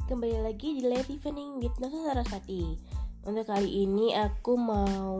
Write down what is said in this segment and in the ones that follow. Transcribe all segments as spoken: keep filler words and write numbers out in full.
Kembali lagi di Late Evening with Nasa Sarasvati. Untuk kali ini aku mau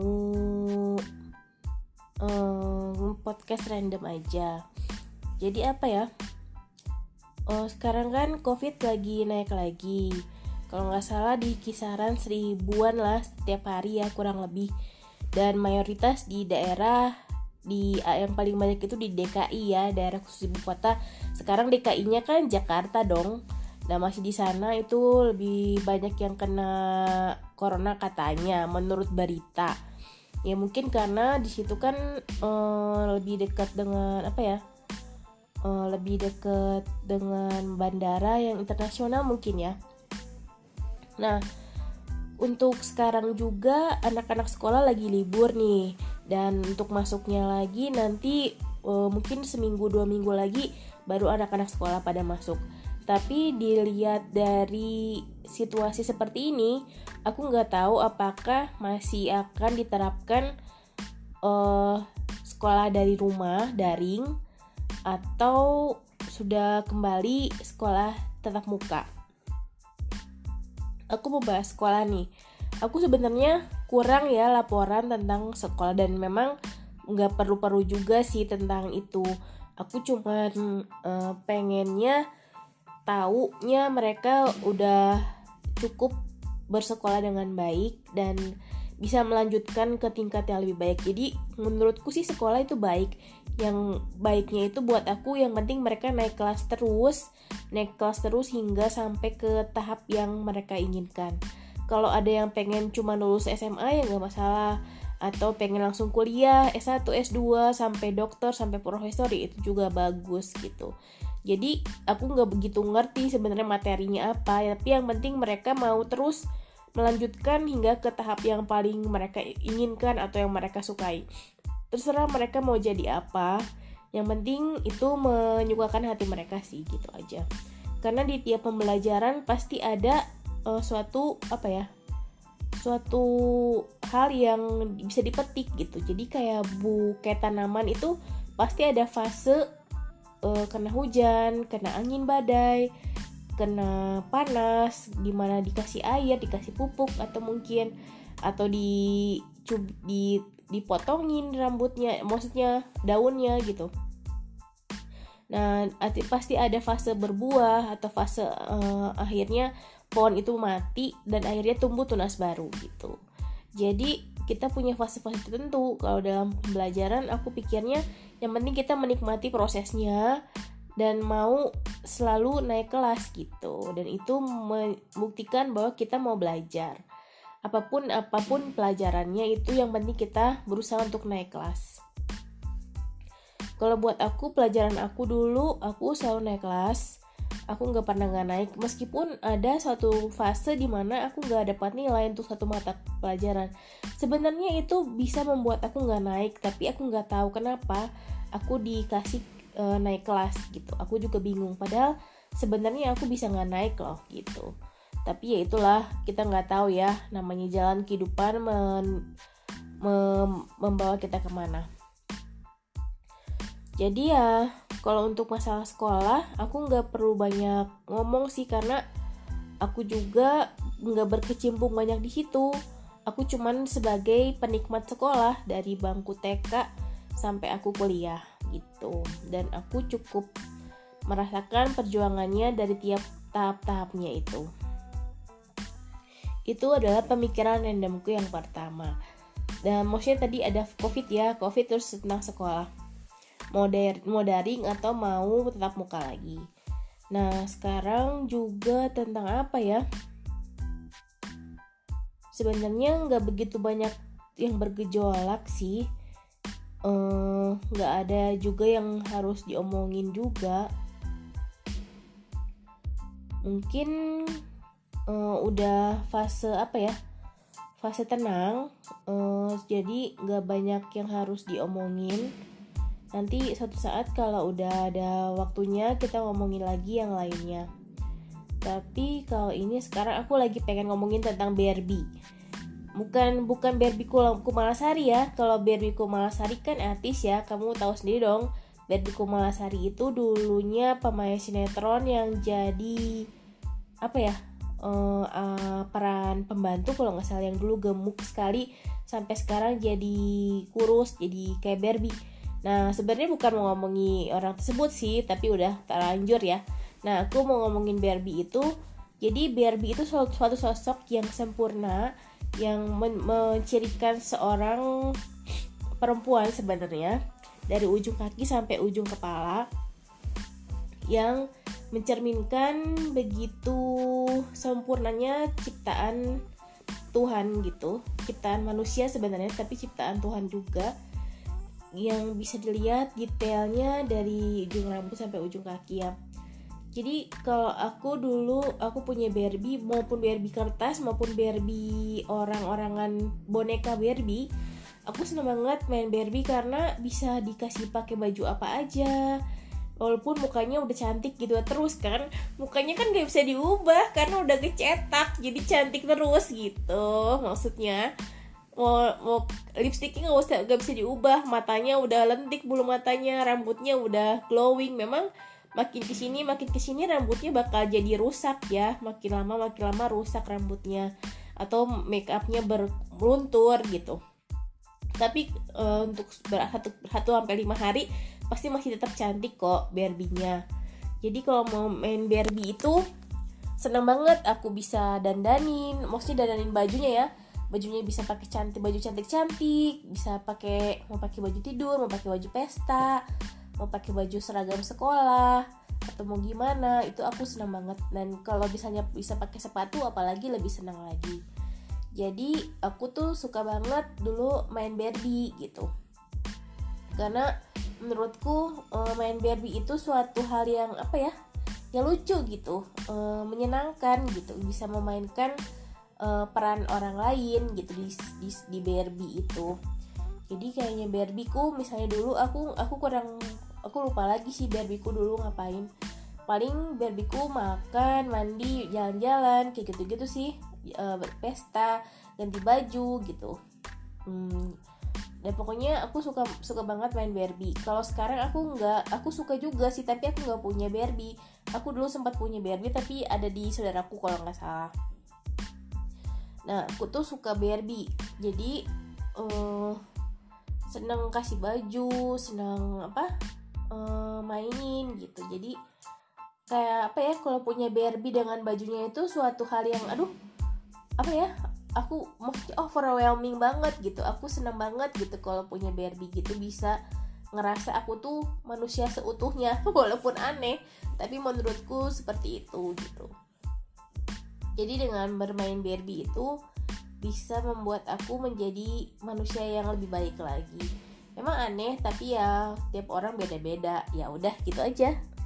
um, podcast random aja. Jadi apa ya? Oh, sekarang kan COVID lagi naik lagi. Kalau nggak salah di kisaran seribuan lah setiap hari ya, kurang lebih. Dan mayoritas di daerah di yang paling banyak itu di D K I ya, daerah khusus ibu kota. Sekarang D K I-nya kan Jakarta dong. Nah masih di sana itu lebih banyak yang kena corona katanya menurut berita. Ya mungkin karena di situ kan eh, lebih dekat dengan apa ya? Eh, lebih dekat dengan bandara yang internasional mungkin ya. Nah untuk sekarang juga anak-anak sekolah lagi libur nih, dan untuk masuknya lagi nanti eh, mungkin seminggu dua minggu lagi baru anak-anak sekolah pada masuk. Tapi dilihat dari situasi seperti ini, aku nggak tahu apakah masih akan diterapkan uh, sekolah dari rumah, daring, atau sudah kembali sekolah tatap muka. Aku mau bahas sekolah nih. Aku sebenarnya kurang ya laporan tentang sekolah, dan memang nggak perlu-perlu juga sih tentang itu. Aku cuman uh, pengennya taunya mereka udah cukup bersekolah dengan baik dan bisa melanjutkan ke tingkat yang lebih baik. Jadi menurutku sih sekolah itu baik. Yang baiknya itu buat aku yang penting mereka naik kelas terus, naik kelas terus hingga sampai ke tahap yang mereka inginkan. Kalau ada yang pengen cuma lulus S M A ya gak masalah, atau pengen langsung kuliah S satu, S dua sampai dokter, sampai profesor, itu juga bagus gitu. Jadi aku nggak begitu ngerti sebenarnya materinya apa, tapi yang penting mereka mau terus melanjutkan hingga ke tahap yang paling mereka inginkan atau yang mereka sukai. Terserah mereka mau jadi apa, yang penting itu menyukakan hati mereka sih, gitu aja. Karena di tiap pembelajaran pasti ada uh, suatu apa ya, suatu hal yang bisa dipetik gitu. Jadi kayak buket tanaman itu pasti ada fase Uh, kena hujan, kena angin badai, kena panas, dimana dikasih air, dikasih pupuk, atau mungkin atau di cub, di dipotongin rambutnya, maksudnya daunnya gitu. Nah, pasti ada fase berbuah atau fase uh, akhirnya pohon itu mati dan akhirnya tumbuh tunas baru gitu. Jadi kita punya fase-fase tertentu. Kalau dalam pembelajaran aku pikirnya yang penting kita menikmati prosesnya dan mau selalu naik kelas gitu. Dan itu membuktikan bahwa kita mau belajar. Apapun apapun pelajarannya, itu yang penting kita berusaha untuk naik kelas. Kalau buat aku, pelajaran aku dulu aku selalu naik kelas. Aku nggak pernah nggak naik, meskipun ada suatu fase di mana aku nggak dapat nilai untuk satu mata pelajaran. Sebenarnya itu bisa membuat aku nggak naik, tapi aku nggak tahu kenapa aku dikasih e, naik kelas gitu. Aku juga bingung, padahal sebenarnya aku bisa nggak naik loh gitu. Tapi ya itulah, kita nggak tahu ya, namanya jalan kehidupan men, mem, membawa kita kemana. Jadi ya kalau untuk masalah sekolah aku nggak perlu banyak ngomong sih, karena aku juga nggak berkecimpung banyak di situ. Aku cuman sebagai penikmat sekolah dari bangku T K sampai aku kuliah gitu, dan aku cukup merasakan perjuangannya dari tiap tahap-tahapnya itu. Itu adalah pemikiran randomku yang pertama. Dan maksudnya tadi ada COVID ya, COVID terus tentang sekolah. Mau, der- mau daring atau mau tetap muka lagi. Nah sekarang juga tentang apa ya, sebenarnya nggak begitu banyak yang bergejolak sih, nggak ehm, ada juga yang harus diomongin juga. Mungkin ehm, udah fase apa ya, fase tenang, ehm, jadi nggak banyak yang harus diomongin. Nanti suatu saat kalau udah ada waktunya kita ngomongin lagi yang lainnya. Tapi kalau ini sekarang aku lagi pengen ngomongin tentang Barbie. Bukan bukan Barbie Kumalasari ya. Kalau Barbie Kumalasari kan artis ya, kamu tahu sendiri dong. Barbie Kumalasari itu dulunya pemain sinetron yang jadi apa ya? uh, uh, peran pembantu kalau nggak salah, yang dulu gemuk sekali sampai sekarang jadi kurus, jadi kayak Barbie. Nah sebenarnya bukan mau ngomongi orang tersebut sih, tapi udah terlanjur ya. Nah aku mau ngomongin Barbie itu. Jadi Barbie itu suatu sosok yang sempurna, yang men- mencirikan seorang perempuan sebenarnya dari ujung kaki sampai ujung kepala, yang mencerminkan begitu sempurnanya ciptaan Tuhan gitu, ciptaan manusia sebenarnya tapi ciptaan Tuhan juga, yang bisa dilihat detailnya dari ujung rambut sampai ujung kaki ya. Jadi kalau aku dulu aku punya Barbie, maupun Barbie kertas maupun Barbie orang-orangan boneka Barbie, aku seneng banget main Barbie karena bisa dikasih pakai baju apa aja. Walaupun mukanya udah cantik gitu terus kan, mukanya kan gak bisa diubah karena udah kecetak, jadi cantik terus gitu. Maksudnya mau, mau lipstiknya gak, usah, gak bisa diubah, matanya udah lentik bulu matanya, rambutnya udah glowing. Memang makin kesini makin kesini rambutnya bakal jadi rusak ya, makin lama makin lama rusak rambutnya atau make upnya berluntur gitu. Tapi uh, untuk satu satu sampai lima hari pasti masih tetap cantik kok Barbie-nya. Jadi kalau mau main Barbie itu seneng banget, aku bisa dandanin, maksudnya dandanin bajunya ya. Bajunya bisa pakai cantik, baju cantik-cantik, bisa pakai mau pakai baju tidur, mau pakai baju pesta, mau pakai baju seragam sekolah atau mau gimana, itu aku senang banget. Dan kalau misalnya bisa pakai sepatu apalagi lebih senang lagi. Jadi aku tuh suka banget dulu main Barbie gitu, karena menurutku main Barbie itu suatu hal yang apa ya, yang lucu gitu, menyenangkan gitu, bisa memainkan peran orang lain gitu di, di, di Barbie itu. Jadi kayaknya Barbieku misalnya dulu aku aku kurang aku lupa lagi sih Barbieku dulu ngapain. Paling Barbieku makan, mandi, jalan-jalan kayak gitu-gitu sih, e, berpesta, ganti baju gitu. Hmm, dan pokoknya aku suka suka banget main Barbie. Kalau sekarang aku nggak, aku suka juga sih tapi aku nggak punya Barbie. Aku dulu sempat punya Barbie tapi ada di saudaraku kalau nggak salah. Nah aku tuh suka Barbie. Jadi uh, seneng kasih baju, seneng apa uh, mainin gitu. Jadi kayak apa ya, kalau punya Barbie dengan bajunya itu suatu hal yang aduh apa ya, aku mesti overwhelming banget gitu. Aku seneng banget gitu kalau punya Barbie gitu, bisa ngerasa aku tuh manusia seutuhnya. Walaupun aneh, tapi menurutku seperti itu gitu. Jadi dengan bermain Barbie itu bisa membuat aku menjadi manusia yang lebih baik lagi. Memang aneh tapi ya tiap orang beda-beda. Ya udah gitu aja.